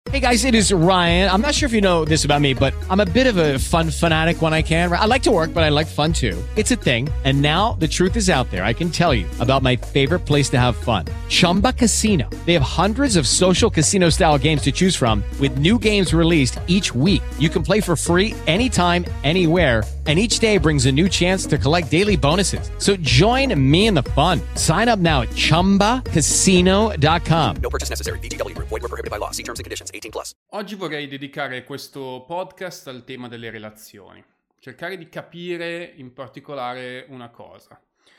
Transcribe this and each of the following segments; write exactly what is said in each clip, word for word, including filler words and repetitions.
Hey guys, it is Ryan. I'm not sure if you know this about me, but I'm a bit of a fun fanatic when I can. I like to work, but I like fun too. It's a thing. And now the truth is out there. I can tell you about my favorite place to have fun. Chumba Casino. They have hundreds of social casino style games to choose from with new games released each week. You can play for free anytime, anywhere. And each day brings a new chance to collect daily bonuses. So join me in the fun. Sign up now at chumba casino dot com. No purchase necessary. V G W. Void where prohibited by law. See terms and conditions. eighteen plus. Oggi vorrei dedicare questo podcast al tema delle relazioni. Cercare di capire in particolare una cosa.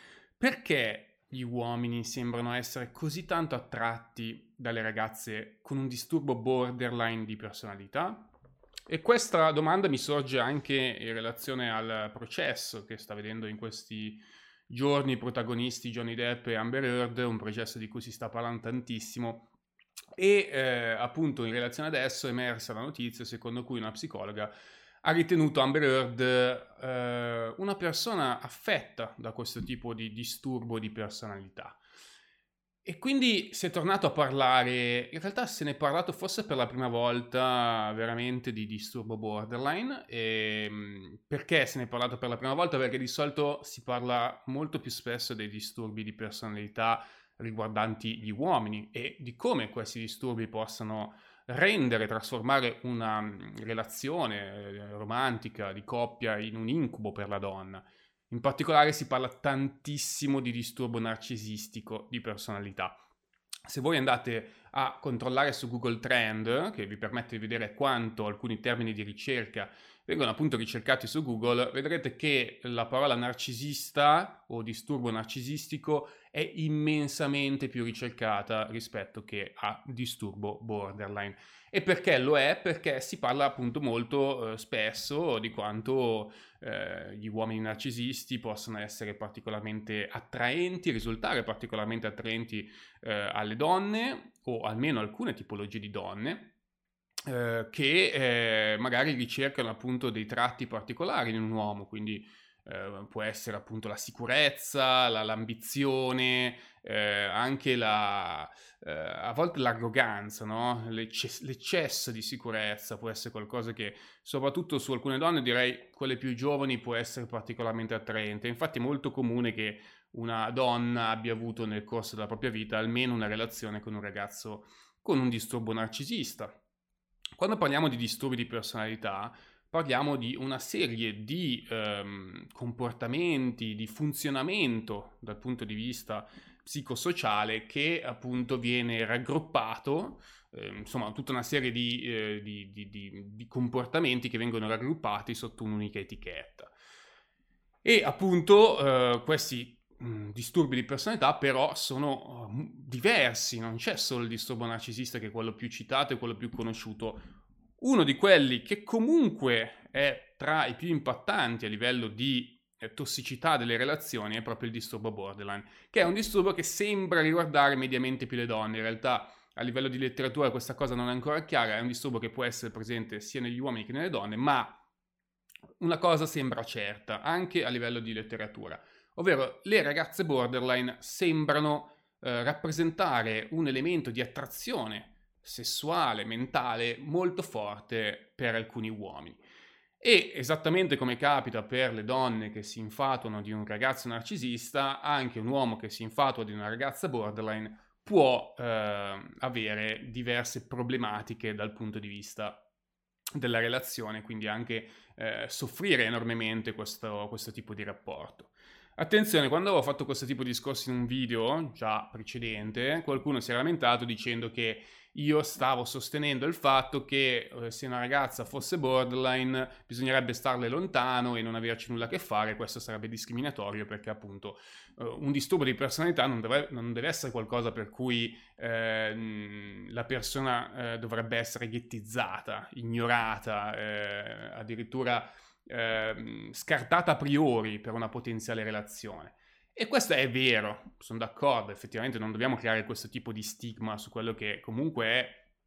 Perché gli uomini sembrano essere così tanto attratti dalle ragazze con un disturbo borderline di personalità? E questa domanda mi sorge anche in relazione al processo che sta vedendo in questi giorni i protagonisti Johnny Depp e Amber Heard, un processo di cui si sta parlando tantissimo. E eh, appunto in relazione ad esso è emersa la notizia secondo cui una psicologa ha ritenuto Amber Heard eh, una persona affetta da questo tipo di disturbo di personalità. E quindi si è tornato a parlare, in realtà se ne è parlato forse per la prima volta veramente di disturbo borderline. E perché se ne è parlato per la prima volta? Perché di solito si parla molto più spesso dei disturbi di personalità riguardanti gli uomini e di come questi disturbi possano rendere, trasformare una relazione romantica di coppia in un incubo per la donna. In particolare si parla tantissimo di disturbo narcisistico di personalità. Se voi andate a controllare su Google Trend, che vi permette di vedere quanto alcuni termini di ricerca vengono appunto ricercati su Google, vedrete che la parola narcisista o disturbo narcisistico è immensamente più ricercata rispetto che a disturbo borderline. E perché lo è? Perché si parla appunto molto eh, spesso di quanto eh, gli uomini narcisisti possano essere particolarmente attraenti, risultare particolarmente attraenti eh, alle donne, o almeno alcune tipologie di donne, eh, che eh, magari ricercano appunto dei tratti particolari in un uomo, quindi eh, può essere appunto la sicurezza, la, l'ambizione, eh, anche la, eh, a volte l'arroganza, no? L'ecce- l'eccesso di sicurezza può essere qualcosa che soprattutto su alcune donne, direi quelle più giovani, può essere particolarmente attraente. Infatti è molto comune che una donna abbia avuto nel corso della propria vita almeno una relazione con un ragazzo con un disturbo narcisista. Quando parliamo di disturbi di personalità, parliamo di una serie di ehm, comportamenti, di funzionamento dal punto di vista psicosociale che appunto viene raggruppato, eh, insomma tutta una serie di, eh, di, di, di, di comportamenti che vengono raggruppati sotto un'unica etichetta. E appunto eh, questi mh, disturbi di personalità però sono uh, diversi, non c'è solo il disturbo narcisista che è quello più citato e quello più conosciuto. Uno di quelli che comunque è tra i più impattanti a livello di eh, tossicità delle relazioni è proprio il disturbo borderline, che è un disturbo che sembra riguardare mediamente più le donne. In realtà a livello di letteratura questa cosa non è ancora chiara, è un disturbo che può essere presente sia negli uomini che nelle donne, ma una cosa sembra certa, anche a livello di letteratura, ovvero le ragazze borderline sembrano eh, rappresentare un elemento di attrazione sessuale, mentale, molto forte per alcuni uomini. E esattamente come capita per le donne che si infatuano di un ragazzo narcisista, anche un uomo che si infatua di una ragazza borderline può eh, avere diverse problematiche dal punto di vista della relazione, quindi anche eh, soffrire enormemente questo, questo tipo di rapporto. Attenzione, quando avevo fatto questo tipo di discorsi in un video già precedente, qualcuno si è lamentato dicendo che io stavo sostenendo il fatto che eh, se una ragazza fosse borderline bisognerebbe starle lontano e non averci nulla a che fare, questo sarebbe discriminatorio perché appunto eh, un disturbo di personalità non deve, non deve essere qualcosa per cui eh, la persona eh, dovrebbe essere ghettizzata, ignorata, eh, addirittura eh, scartata a priori per una potenziale relazione. E questo è vero, sono d'accordo, effettivamente non dobbiamo creare questo tipo di stigma su quello che comunque è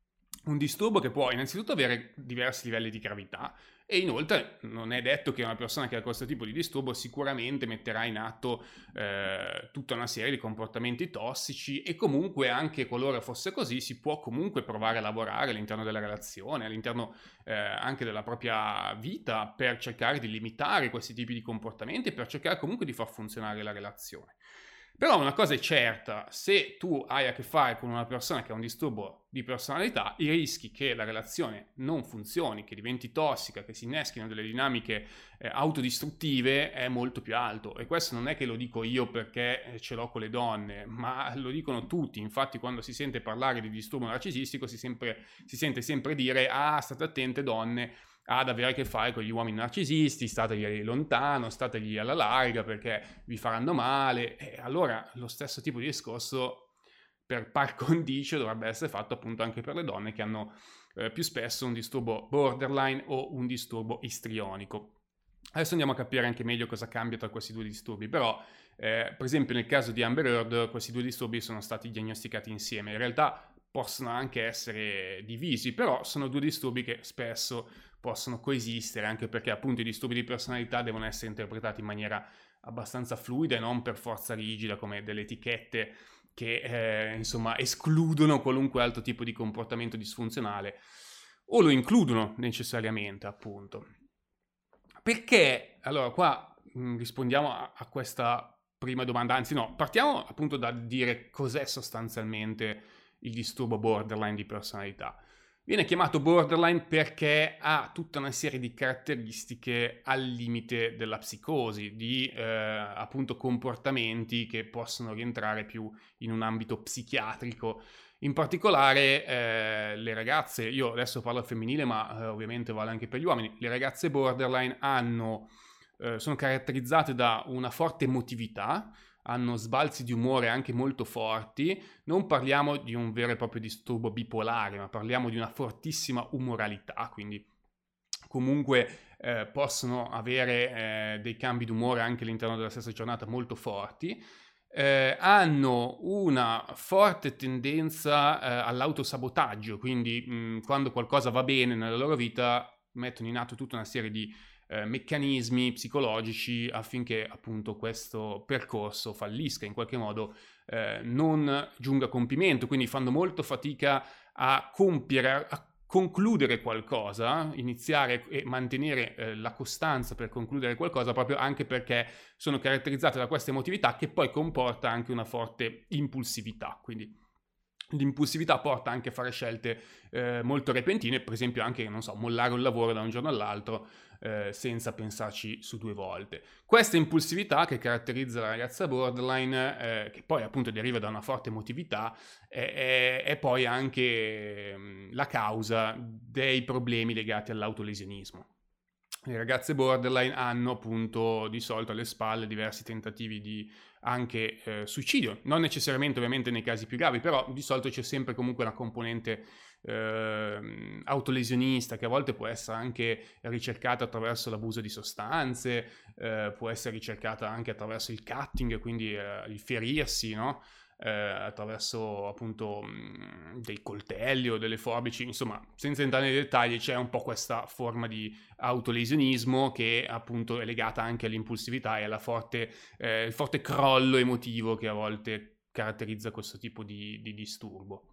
un disturbo che può innanzitutto avere diversi livelli di gravità e inoltre non è detto che una persona che ha questo tipo di disturbo sicuramente metterà in atto eh, tutta una serie di comportamenti tossici, e comunque anche qualora fosse così si può comunque provare a lavorare all'interno della relazione, all'interno eh, anche della propria vita, per cercare di limitare questi tipi di comportamenti e per cercare comunque di far funzionare la relazione. Però una cosa è certa: se tu hai a che fare con una persona che ha un disturbo di personalità, i rischi che la relazione non funzioni, che diventi tossica, che si inneschino delle dinamiche eh, autodistruttive è molto più alto. E questo non è che lo dico io perché ce l'ho con le donne, ma lo dicono tutti. Infatti quando si sente parlare di disturbo narcisistico si, sempre, si sente sempre dire: ah, state attente donne ad avere a che fare con gli uomini narcisisti, stategli lontano, stategli alla larga perché vi faranno male. E allora lo stesso tipo di discorso per par condicio dovrebbe essere fatto appunto anche per le donne che hanno eh, più spesso un disturbo borderline o un disturbo istrionico. Adesso andiamo a capire anche meglio cosa cambia tra questi due disturbi, però eh, per esempio nel caso di Amber Heard questi due disturbi sono stati diagnosticati insieme. In realtà possono anche essere divisi, però sono due disturbi che spesso possono coesistere, anche perché appunto i disturbi di personalità devono essere interpretati in maniera abbastanza fluida e non per forza rigida come delle etichette che eh, insomma escludono qualunque altro tipo di comportamento disfunzionale o lo includono necessariamente, appunto. Perché? Allora qua mh, rispondiamo a, a questa prima domanda, anzi no, partiamo appunto da dire cos'è sostanzialmente il disturbo borderline di personalità. Viene chiamato borderline perché ha tutta una serie di caratteristiche al limite della psicosi, di eh, appunto comportamenti che possono rientrare più in un ambito psichiatrico. In particolare eh, le ragazze, io adesso parlo al femminile ma eh, ovviamente vale anche per gli uomini, le ragazze borderline hanno, eh, sono caratterizzate da una forte emotività, hanno sbalzi di umore anche molto forti. Non parliamo di un vero e proprio disturbo bipolare, ma parliamo di una fortissima umoralità, quindi comunque eh, possono avere eh, dei cambi d'umore anche all'interno della stessa giornata molto forti. Eh, hanno una forte tendenza eh, all'autosabotaggio, quindi mh, quando qualcosa va bene nella loro vita mettono in atto tutta una serie di Eh, meccanismi psicologici affinché appunto questo percorso fallisca, in qualche modo eh, non giunga a compimento, quindi fanno molto fatica a compiere, a concludere qualcosa, iniziare e mantenere eh, la costanza per concludere qualcosa, proprio anche perché sono caratterizzate da questa emotività che poi comporta anche una forte impulsività, quindi l'impulsività porta anche a fare scelte eh, molto repentine, per esempio anche, non so, mollare un lavoro da un giorno all'altro eh, senza pensarci su due volte. Questa impulsività che caratterizza la ragazza borderline, eh, che poi appunto deriva da una forte emotività, è, è, è poi anche mh, la causa dei problemi legati all'autolesionismo. Le ragazze borderline hanno appunto di solito alle spalle diversi tentativi di anche eh, suicidio, non necessariamente ovviamente nei casi più gravi, però di solito c'è sempre comunque una componente eh, autolesionista che a volte può essere anche ricercata attraverso l'abuso di sostanze, eh, può essere ricercata anche attraverso il cutting, quindi eh, il ferirsi, no? Eh, attraverso appunto mh, dei coltelli o delle forbici, insomma senza entrare nei dettagli c'è un po' questa forma di autolesionismo che appunto è legata anche all'impulsività e alla forte, eh, il forte crollo emotivo che a volte caratterizza questo tipo di, di disturbo.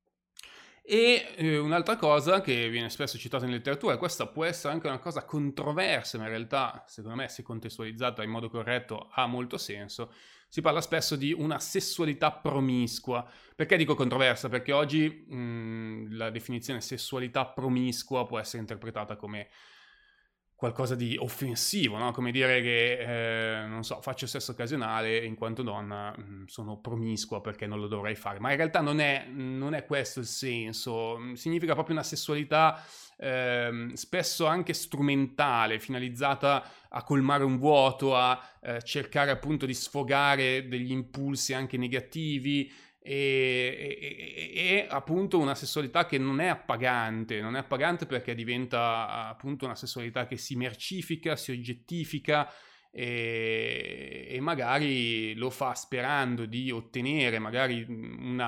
E eh, un'altra cosa che viene spesso citata in letteratura, questa può essere anche una cosa controversa, ma in realtà secondo me se contestualizzata in modo corretto ha molto senso. Si parla spesso di una sessualità promiscua. Perché dico controversa? Perché oggi mh, la definizione sessualità promiscua può essere interpretata come qualcosa di offensivo, no? Come dire che, eh, non so, faccio sesso occasionale in quanto donna, mh, sono promiscua perché non lo dovrei fare. Ma in realtà non è, non è questo il senso. Significa proprio una sessualità eh, spesso anche strumentale, finalizzata a colmare un vuoto, a eh, cercare appunto di sfogare degli impulsi anche negativi. E, e, e appunto una sessualità che non è appagante, non è appagante perché diventa appunto una sessualità che si mercifica, si oggettifica e, e magari lo fa sperando di ottenere magari una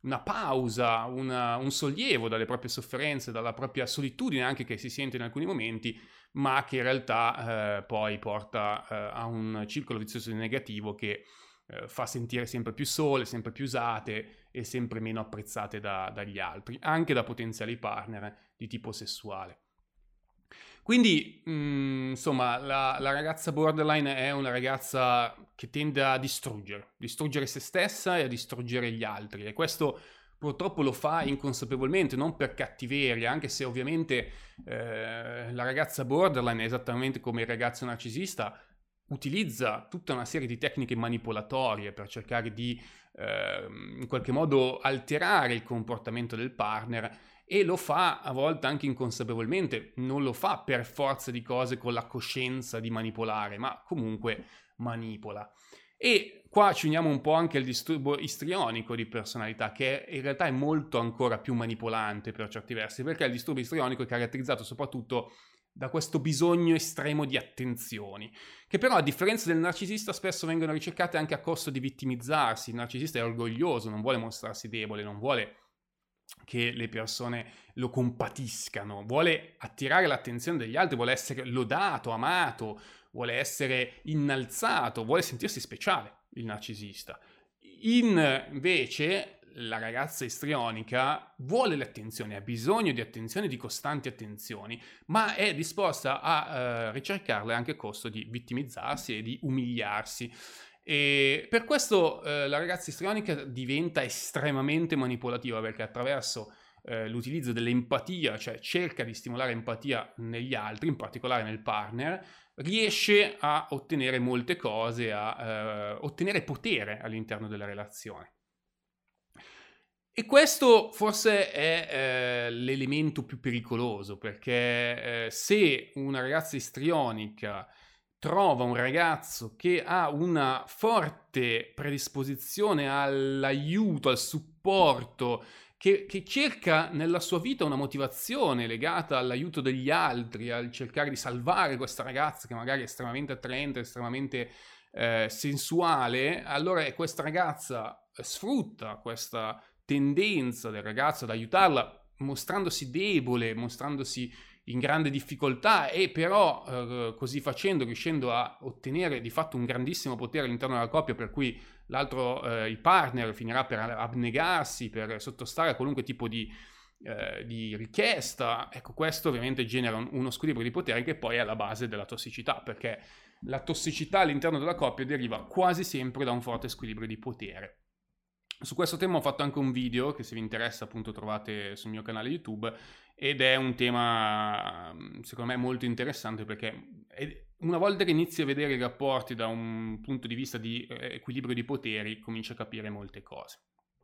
una pausa, una, un sollievo dalle proprie sofferenze, dalla propria solitudine anche che si sente in alcuni momenti, ma che in realtà eh, poi porta eh, a un circolo vizioso negativo che eh, fa sentire sempre più sole, sempre più usate e sempre meno apprezzate da, dagli altri, anche da potenziali partner di tipo sessuale. Quindi, mh, insomma, la, la ragazza borderline è una ragazza che tende a distruggere, distruggere se stessa e a distruggere gli altri, e questo purtroppo lo fa inconsapevolmente, non per cattiveria, anche se ovviamente eh, la ragazza borderline, esattamente come il ragazzo narcisista, utilizza tutta una serie di tecniche manipolatorie per cercare di eh, in qualche modo alterare il comportamento del partner, e lo fa a volte anche inconsapevolmente, non lo fa per forza di cose con la coscienza di manipolare, ma comunque manipola. E qua ci uniamo un po' anche al disturbo istrionico di personalità, che in realtà è molto ancora più manipolante per certi versi, perché il disturbo istrionico è caratterizzato soprattutto da questo bisogno estremo di attenzioni, che però a differenza del narcisista spesso vengono ricercate anche a costo di vittimizzarsi. Il narcisista è orgoglioso, non vuole mostrarsi debole, non vuole che le persone lo compatiscano, vuole attirare l'attenzione degli altri, vuole essere lodato, amato, vuole essere innalzato, vuole sentirsi speciale, il narcisista. Invece la ragazza istrionica vuole le attenzioni, ha bisogno di attenzioni, di costanti attenzioni, ma è disposta a eh, ricercarle anche a costo di vittimizzarsi e di umiliarsi. E per questo eh, la ragazza istrionica diventa estremamente manipolativa, perché attraverso eh, l'utilizzo dell'empatia, cioè cerca di stimolare empatia negli altri, in particolare nel partner, riesce a ottenere molte cose, a eh, ottenere potere all'interno della relazione. E questo forse è eh, l'elemento più pericoloso, perché eh, se una ragazza istrionica trova un ragazzo che ha una forte predisposizione all'aiuto, al supporto, che, che cerca nella sua vita una motivazione legata all'aiuto degli altri, al cercare di salvare questa ragazza che magari è estremamente attraente, estremamente eh, sensuale, allora questa ragazza sfrutta questa tendenza del ragazzo ad aiutarla, mostrandosi debole, mostrandosi in grande difficoltà, e però eh, così facendo riuscendo a ottenere di fatto un grandissimo potere all'interno della coppia, per cui l'altro, eh, il partner, finirà per abnegarsi, per sottostare a qualunque tipo di, eh, di richiesta. Ecco, questo ovviamente genera un, uno squilibrio di potere che poi è alla base della tossicità, perché la tossicità all'interno della coppia deriva quasi sempre da un forte squilibrio di potere. Su questo tema ho fatto anche un video che, se vi interessa, appunto trovate sul mio canale YouTube, ed è un tema secondo me molto interessante, perché una volta che inizi a vedere i rapporti da un punto di vista di equilibrio di poteri, cominci a capire molte cose.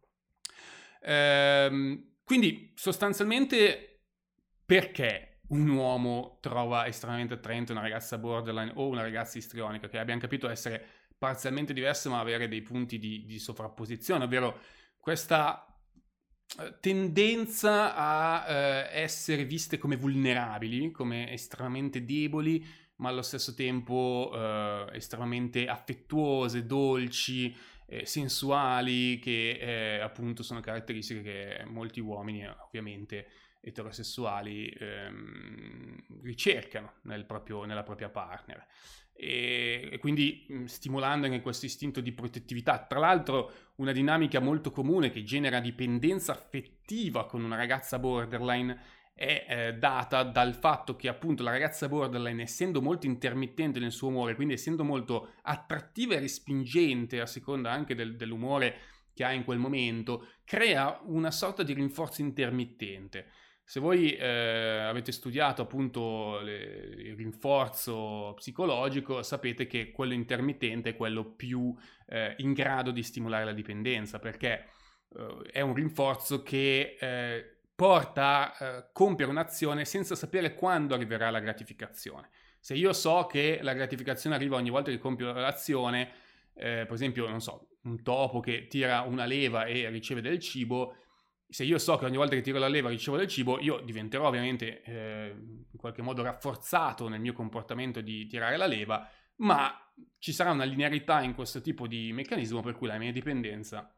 Ehm, quindi sostanzialmente, perché un uomo trova estremamente attraente una ragazza borderline o una ragazza istrionica, che abbiamo capito essere parzialmente diverse ma avere dei punti di, di sovrapposizione, ovvero questa tendenza a eh, essere viste come vulnerabili, come estremamente deboli, ma allo stesso tempo eh, estremamente affettuose, dolci, eh, sensuali, che eh, appunto sono caratteristiche che molti uomini, ovviamente eterosessuali, ehm, ricercano nel proprio, nella propria partner. E, e quindi mh, stimolando anche questo istinto di protettività. Tra l'altro una dinamica molto comune che genera dipendenza affettiva con una ragazza borderline è eh, data dal fatto che appunto la ragazza borderline, essendo molto intermittente nel suo umore, quindi essendo molto attrattiva e respingente a seconda anche del, dell'umore che ha in quel momento, crea una sorta di rinforzo intermittente. Se voi eh, avete studiato appunto le, il rinforzo psicologico, sapete che quello intermittente è quello più eh, in grado di stimolare la dipendenza, perché eh, è un rinforzo che eh, porta a eh, compiere un'azione senza sapere quando arriverà la gratificazione. Se io so che la gratificazione arriva ogni volta che compio l'azione, eh, per esempio, non so, un topo che tira una leva e riceve del cibo, se io so che ogni volta che tiro la leva ricevo del cibo, io diventerò ovviamente eh, in qualche modo rafforzato nel mio comportamento di tirare la leva, ma ci sarà una linearità in questo tipo di meccanismo per cui la mia dipendenza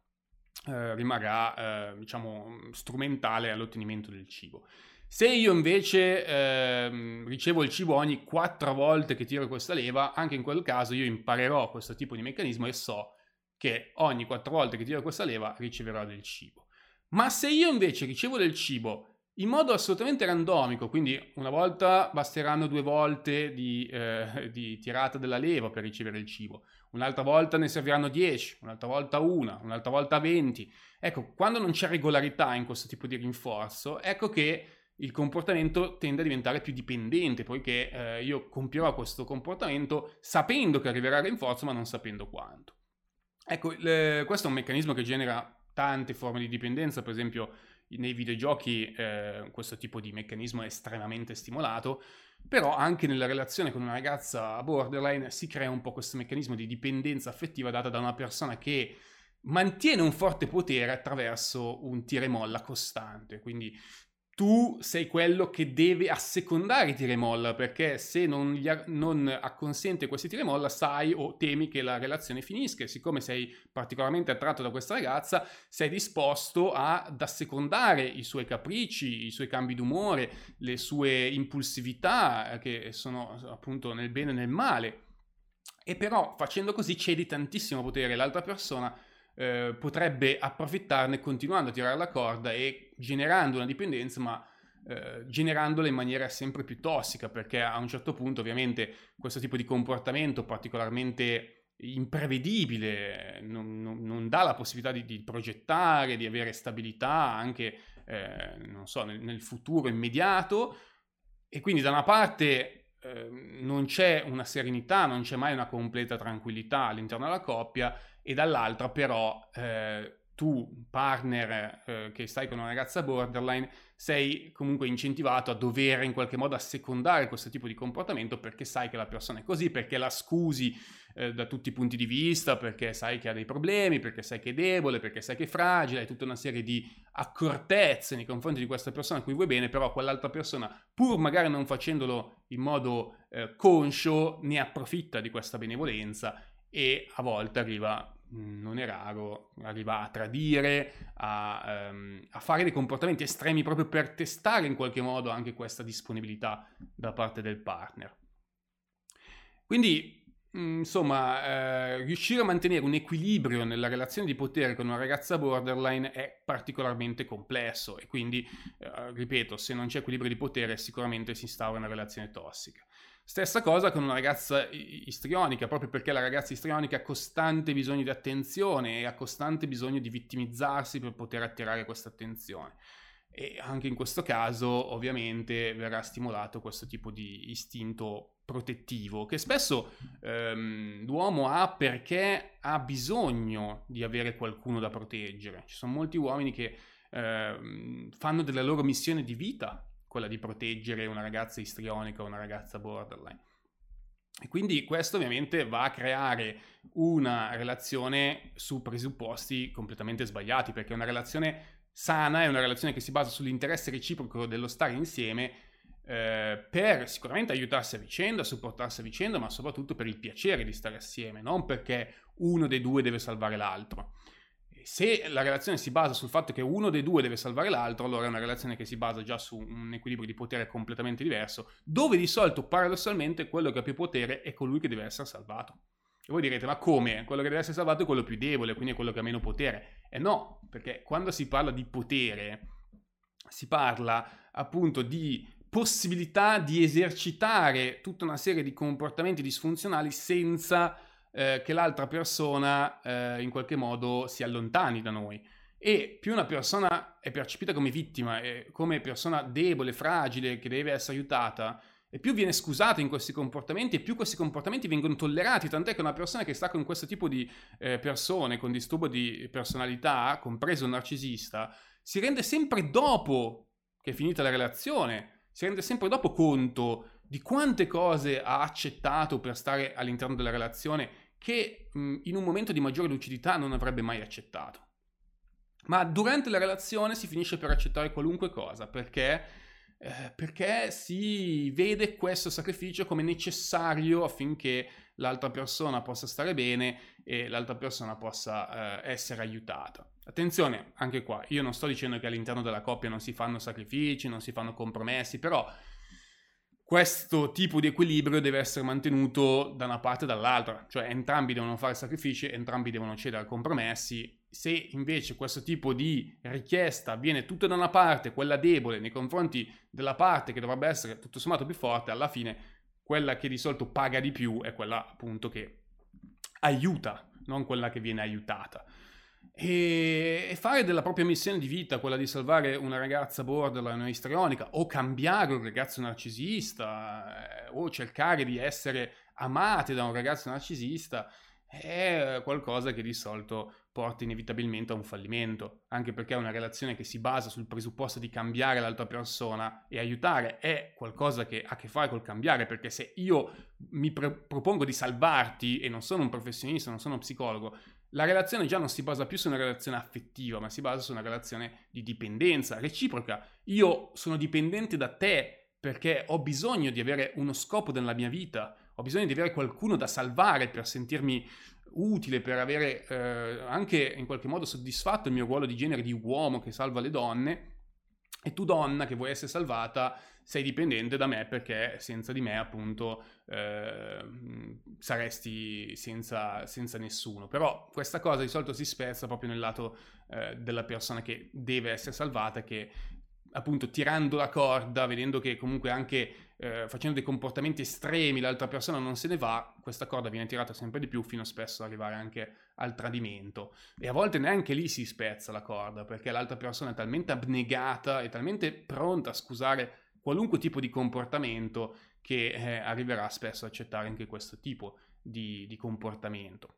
eh, rimarrà, eh, diciamo, strumentale all'ottenimento del cibo. Se io invece eh, ricevo il cibo ogni quattro volte che tiro questa leva, anche in quel caso io imparerò questo tipo di meccanismo e so che ogni quattro volte che tiro questa leva riceverò del cibo. Ma se io invece ricevo del cibo in modo assolutamente randomico, quindi una volta basteranno due volte di, eh, di tirata della leva per ricevere il cibo, un'altra volta ne serviranno dieci, un'altra volta una, un'altra volta venti. Ecco, quando non c'è regolarità in questo tipo di rinforzo, ecco che il comportamento tende a diventare più dipendente, poiché eh, io compierò questo comportamento sapendo che arriverà il rinforzo, ma non sapendo quanto. Ecco, le, questo è un meccanismo che genera tante forme di dipendenza. Per esempio nei videogiochi eh, questo tipo di meccanismo è estremamente stimolato, però anche nella relazione con una ragazza borderline si crea un po' questo meccanismo di dipendenza affettiva data da una persona che mantiene un forte potere attraverso un tira e molla costante. Quindi tu sei quello che deve assecondare i tira e molla, perché se non, gli a- non acconsente questi tira e molla sai o temi che la relazione finisca, e siccome sei particolarmente attratto da questa ragazza sei disposto a- ad assecondare i suoi capricci, i suoi cambi d'umore, le sue impulsività, eh, che sono appunto nel bene e nel male, e però facendo così cedi tantissimo potere. L'altra persona Eh, potrebbe approfittarne continuando a tirare la corda e generando una dipendenza, ma eh, generandola in maniera sempre più tossica, perché a un certo punto ovviamente questo tipo di comportamento particolarmente imprevedibile non, non, non dà la possibilità di, di progettare, di avere stabilità anche eh, non so, nel, nel futuro immediato, e quindi da una parte eh, non c'è una serenità, non c'è mai una completa tranquillità all'interno della coppia, e dall'altra però eh, tu, partner eh, che stai con una ragazza borderline, sei comunque incentivato a dover in qualche modo assecondare questo tipo di comportamento, perché sai che la persona è così, perché la scusi eh, da tutti i punti di vista, perché sai che ha dei problemi, perché sai che è debole, perché sai che è fragile, hai tutta una serie di accortezze nei confronti di questa persona a cui vuoi bene, però quell'altra persona, pur magari non facendolo in modo eh, conscio, ne approfitta di questa benevolenza e a volte arriva, non è raro, arriva a tradire, a, um, a fare dei comportamenti estremi proprio per testare in qualche modo anche questa disponibilità da parte del partner. Quindi, insomma, eh, riuscire a mantenere un equilibrio nella relazione di potere con una ragazza borderline è particolarmente complesso, e quindi, eh, ripeto, se non c'è equilibrio di potere sicuramente si instaura una relazione tossica. Stessa cosa con una ragazza istrionica, proprio perché la ragazza istrionica ha costante bisogno di attenzione e ha costante bisogno di vittimizzarsi per poter attirare questa attenzione. E anche in questo caso ovviamente verrà stimolato questo tipo di istinto protettivo che spesso ehm, l'uomo ha perché ha bisogno di avere qualcuno da proteggere. Ci sono molti uomini che ehm, fanno della loro missione di vita quella di proteggere una ragazza istrionica o una ragazza borderline. E quindi questo ovviamente va a creare una relazione su presupposti completamente sbagliati, perché una relazione sana è una relazione che si basa sull'interesse reciproco dello stare insieme eh, per sicuramente aiutarsi a vicenda, supportarsi a vicenda, ma soprattutto per il piacere di stare assieme, non perché uno dei due deve salvare l'altro. Se la relazione si basa sul fatto che uno dei due deve salvare l'altro, allora è una relazione che si basa già su un equilibrio di potere completamente diverso, dove di solito paradossalmente quello che ha più potere è colui che deve essere salvato. E voi direte, ma come? Quello che deve essere salvato è quello più debole, quindi è quello che ha meno potere. E no, perché quando si parla di potere, si parla appunto di possibilità di esercitare tutta una serie di comportamenti disfunzionali senza Eh, che l'altra persona eh, in qualche modo si allontani da noi. E più una persona è percepita come vittima e come persona debole, fragile, che deve essere aiutata, e più viene scusata in questi comportamenti e più questi comportamenti vengono tollerati, tant'è che una persona che sta con questo tipo di eh, persone con disturbo di personalità, compreso un narcisista, si rende sempre dopo che è finita la relazione, si rende sempre dopo conto di quante cose ha accettato per stare all'interno della relazione che mh, in un momento di maggiore lucidità non avrebbe mai accettato. Ma durante la relazione si finisce per accettare qualunque cosa, perché eh, perché si vede questo sacrificio come necessario affinché l'altra persona possa stare bene e l'altra persona possa eh, essere aiutata. Attenzione, anche qua, io non sto dicendo che all'interno della coppia non si fanno sacrifici, non si fanno compromessi, però questo tipo di equilibrio deve essere mantenuto da una parte e dall'altra, cioè entrambi devono fare sacrifici, entrambi devono cedere a compromessi. Se invece questo tipo di richiesta viene tutta da una parte, quella debole, nei confronti della parte che dovrebbe essere tutto sommato più forte, alla fine quella che di solito paga di più è quella appunto che aiuta, non quella che viene aiutata. E fare della propria missione di vita, quella di salvare una ragazza borderline o istrionica, o cambiare un ragazzo narcisista, eh, o cercare di essere amate da un ragazzo narcisista, è qualcosa che di solito porta inevitabilmente a un fallimento, anche perché una relazione che si basa sul presupposto di cambiare l'altra persona e aiutare è qualcosa che ha a che fare col cambiare, perché se io mi pre- propongo di salvarti e non sono un professionista, non sono un psicologo, la relazione già non si basa più su una relazione affettiva, ma si basa su una relazione di dipendenza reciproca. Io sono dipendente da te perché ho bisogno di avere uno scopo nella mia vita, ho bisogno di avere qualcuno da salvare per sentirmi utile, per avere eh, anche in qualche modo soddisfatto il mio ruolo di genere di uomo che salva le donne. E tu, donna che vuoi essere salvata, sei dipendente da me perché senza di me appunto eh, saresti senza, senza nessuno. Però questa cosa di solito si spezza proprio nel lato eh, della persona che deve essere salvata, che appunto tirando la corda, vedendo che comunque anche eh, facendo dei comportamenti estremi l'altra persona non se ne va, questa corda viene tirata sempre di più fino spesso ad arrivare anche al tradimento. E a volte neanche lì si spezza la corda, perché l'altra persona è talmente abnegata e talmente pronta a scusare qualunque tipo di comportamento che eh, arriverà spesso ad accettare anche questo tipo di, di comportamento.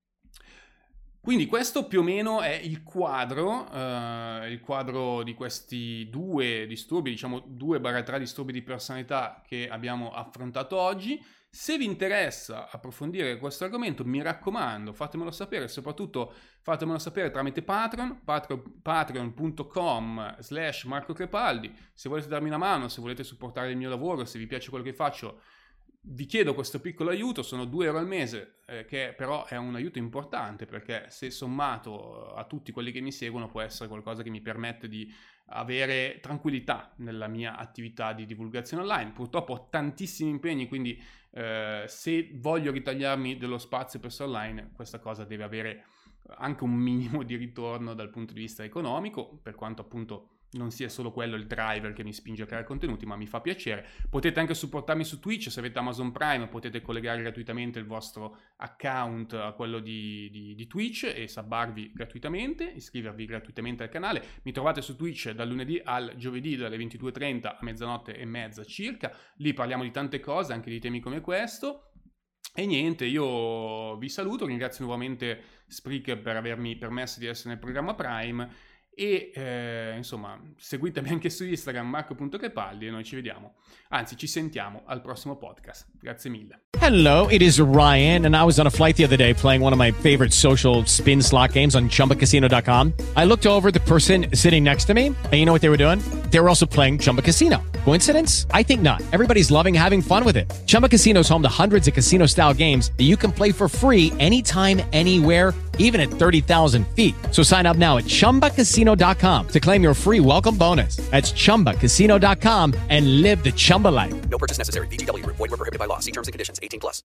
Quindi questo più o meno è il quadro, eh, il quadro di questi due disturbi, diciamo due barra tre disturbi di personalità che abbiamo affrontato oggi. Se vi interessa approfondire questo argomento, mi raccomando, fatemelo sapere, soprattutto fatemelo sapere tramite Patreon, patreon, patreon.com slash Marco Crepaldi. Se volete darmi una mano, se volete supportare il mio lavoro, se vi piace quello che faccio, vi chiedo questo piccolo aiuto, sono due euro al mese, eh, che però è un aiuto importante, perché se sommato a tutti quelli che mi seguono può essere qualcosa che mi permette di avere tranquillità nella mia attività di divulgazione online. Purtroppo ho tantissimi impegni, quindi eh, se voglio ritagliarmi dello spazio per stare online, questa cosa deve avere anche un minimo di ritorno dal punto di vista economico, per quanto appunto non sia solo quello il driver che mi spinge a creare contenuti, ma mi fa piacere. Potete anche supportarmi su Twitch, se avete Amazon Prime potete collegare gratuitamente il vostro account a quello di, di, di Twitch e sabbarvi gratuitamente, iscrivervi gratuitamente al canale. Mi trovate su Twitch dal lunedì al giovedì dalle ventidue e trenta a mezzanotte e mezza circa, lì parliamo di tante cose, anche di temi come questo. E niente, io vi saluto, ringrazio nuovamente Spreaker per avermi permesso di essere nel programma Prime. E eh, insomma, seguitemi anche su Instagram, marco punto crepaldi, e noi ci vediamo, anzi ci sentiamo al prossimo podcast. Grazie mille. Hello, it is Ryan, and I was on a flight the other day playing one of my favorite social spin slot games on chumba casino dot com. I looked over at the person sitting next to me, and you know what they were doing? They were also playing Chumba Casino. Coincidence? I think not. Everybody's loving having fun with it. Chumba Casino is home to hundreds of casino-style games that you can play for free anytime, anywhere, even at thirty thousand feet. So sign up now at chumba casino dot com to claim your free welcome bonus. That's chumba casino dot com and live the Chumba life. No purchase necessary. V G W. Void where prohibited by law. See terms and conditions. eighteen plus.